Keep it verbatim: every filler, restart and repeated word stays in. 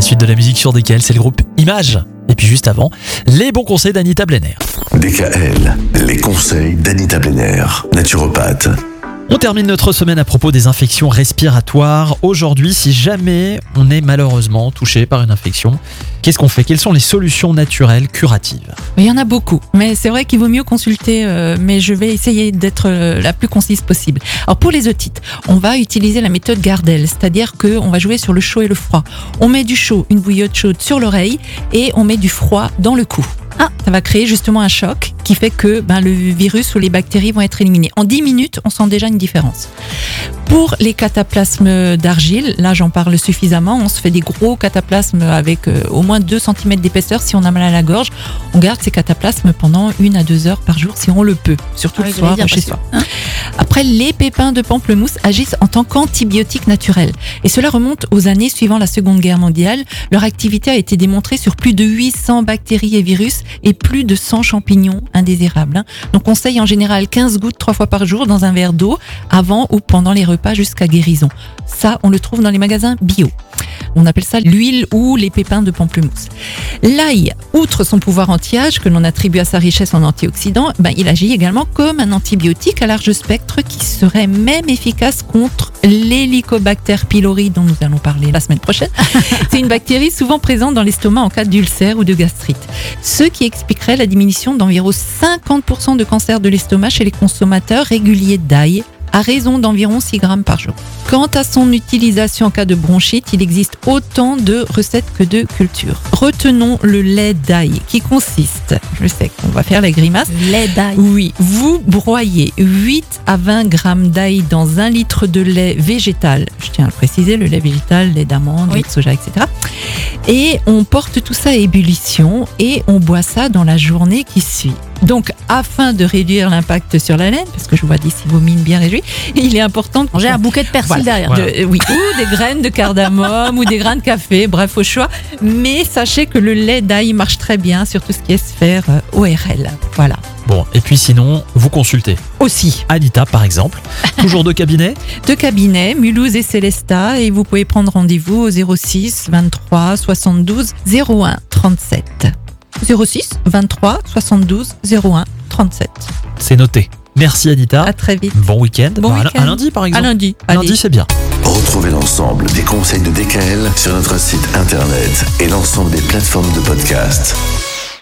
La suite de la musique sur D K L, c'est le groupe Image. Et puis juste avant, les bons conseils d'Anita Blenner. D K L, les conseils d'Anita Blenner, naturopathe. On termine notre semaine à propos des infections respiratoires. Aujourd'hui, si jamais on est malheureusement touché par une infection, qu'est-ce qu'on fait ? Quelles sont les solutions naturelles curatives ? Il y en a beaucoup, mais c'est vrai qu'il vaut mieux consulter, euh, mais je vais essayer d'être euh, la plus concise possible. Alors pour les otites, on va utiliser la méthode Gardel, c'est-à-dire qu'on va jouer sur le chaud et le froid. On met du chaud, une bouillotte chaude sur l'oreille et on met du froid dans le cou. Ah, ça va créer justement un choc qui fait que ben, le virus ou les bactéries vont être éliminées. En dix minutes, on sent déjà une différence. Pour les cataplasmes d'argile, là j'en parle suffisamment, on se fait des gros cataplasmes avec euh, au moins deux centimètres d'épaisseur si on a mal à la gorge. On garde ces cataplasmes pendant une à deux heures par jour si on le peut, surtout Ah, le soir dire, chez soi. Hein Après, les pépins de pamplemousse agissent en tant qu'antibiotiques naturels. Et cela remonte aux années suivant la Seconde Guerre mondiale. Leur activité a été démontrée sur plus de huit cents bactéries et virus et plus de cent champignons indésirables. Donc, on conseille en général quinze gouttes trois fois par jour dans un verre d'eau, avant ou pendant les repas jusqu'à guérison. Ça, on le trouve dans les magasins bio. On appelle ça l'huile ou les pépins de pamplemousse. L'ail, outre son pouvoir anti-âge que l'on attribue à sa richesse en antioxydants, ben, il agit également comme un antibiotique à large spectre qui serait même efficace contre l'Helicobacter pylori dont nous allons parler la semaine prochaine. C'est une bactérie souvent présente dans l'estomac en cas d'ulcère ou de gastrite. Ce qui expliquerait la diminution d'environ cinquante pour cent de cancer de l'estomac chez les consommateurs réguliers d'ail, à raison d'environ six grammes par jour. Quant à son utilisation en cas de bronchite, il existe autant de recettes que de cultures. Retenons le lait d'ail qui consiste, je sais qu'on va faire la grimace. Lait d'ail. Oui, vous broyez huit à vingt grammes d'ail dans un litre de lait végétal. Je tiens à le préciser, le lait végétal, lait d'amande, Oui. lait de soja, et cetera. Et on porte tout ça à ébullition et on boit ça dans la journée qui suit. Donc, afin de réduire l'impact sur la laine, parce que je vois d'ici vos mines bien réjouies, il est important de Manger un bouquet de persil Voilà. derrière. Voilà. de- oui, ou des graines de cardamome ou des grains de café, bref, au choix. Mais sachez que le lait d'ail marche très bien sur tout ce qui est sphère euh, O R L. Voilà. Bon, et puis sinon, vous consultez Aussi, Anita par exemple. Toujours deux cabinets. deux cabinets, Mulhouse et Célestat, et vous pouvez prendre rendez-vous au zéro six vingt-trois soixante-douze zéro un trente-sept. zéro six vingt-trois soixante-douze zéro un trente-sept. C'est noté. Merci Anita. À très vite. Bon week-end. Bon Bah, à- week-end. À lundi par À exemple. lundi. Lundi, Allez. c'est bien. Retrouvez l'ensemble des conseils de D K L sur notre site internet et l'ensemble des plateformes de podcast.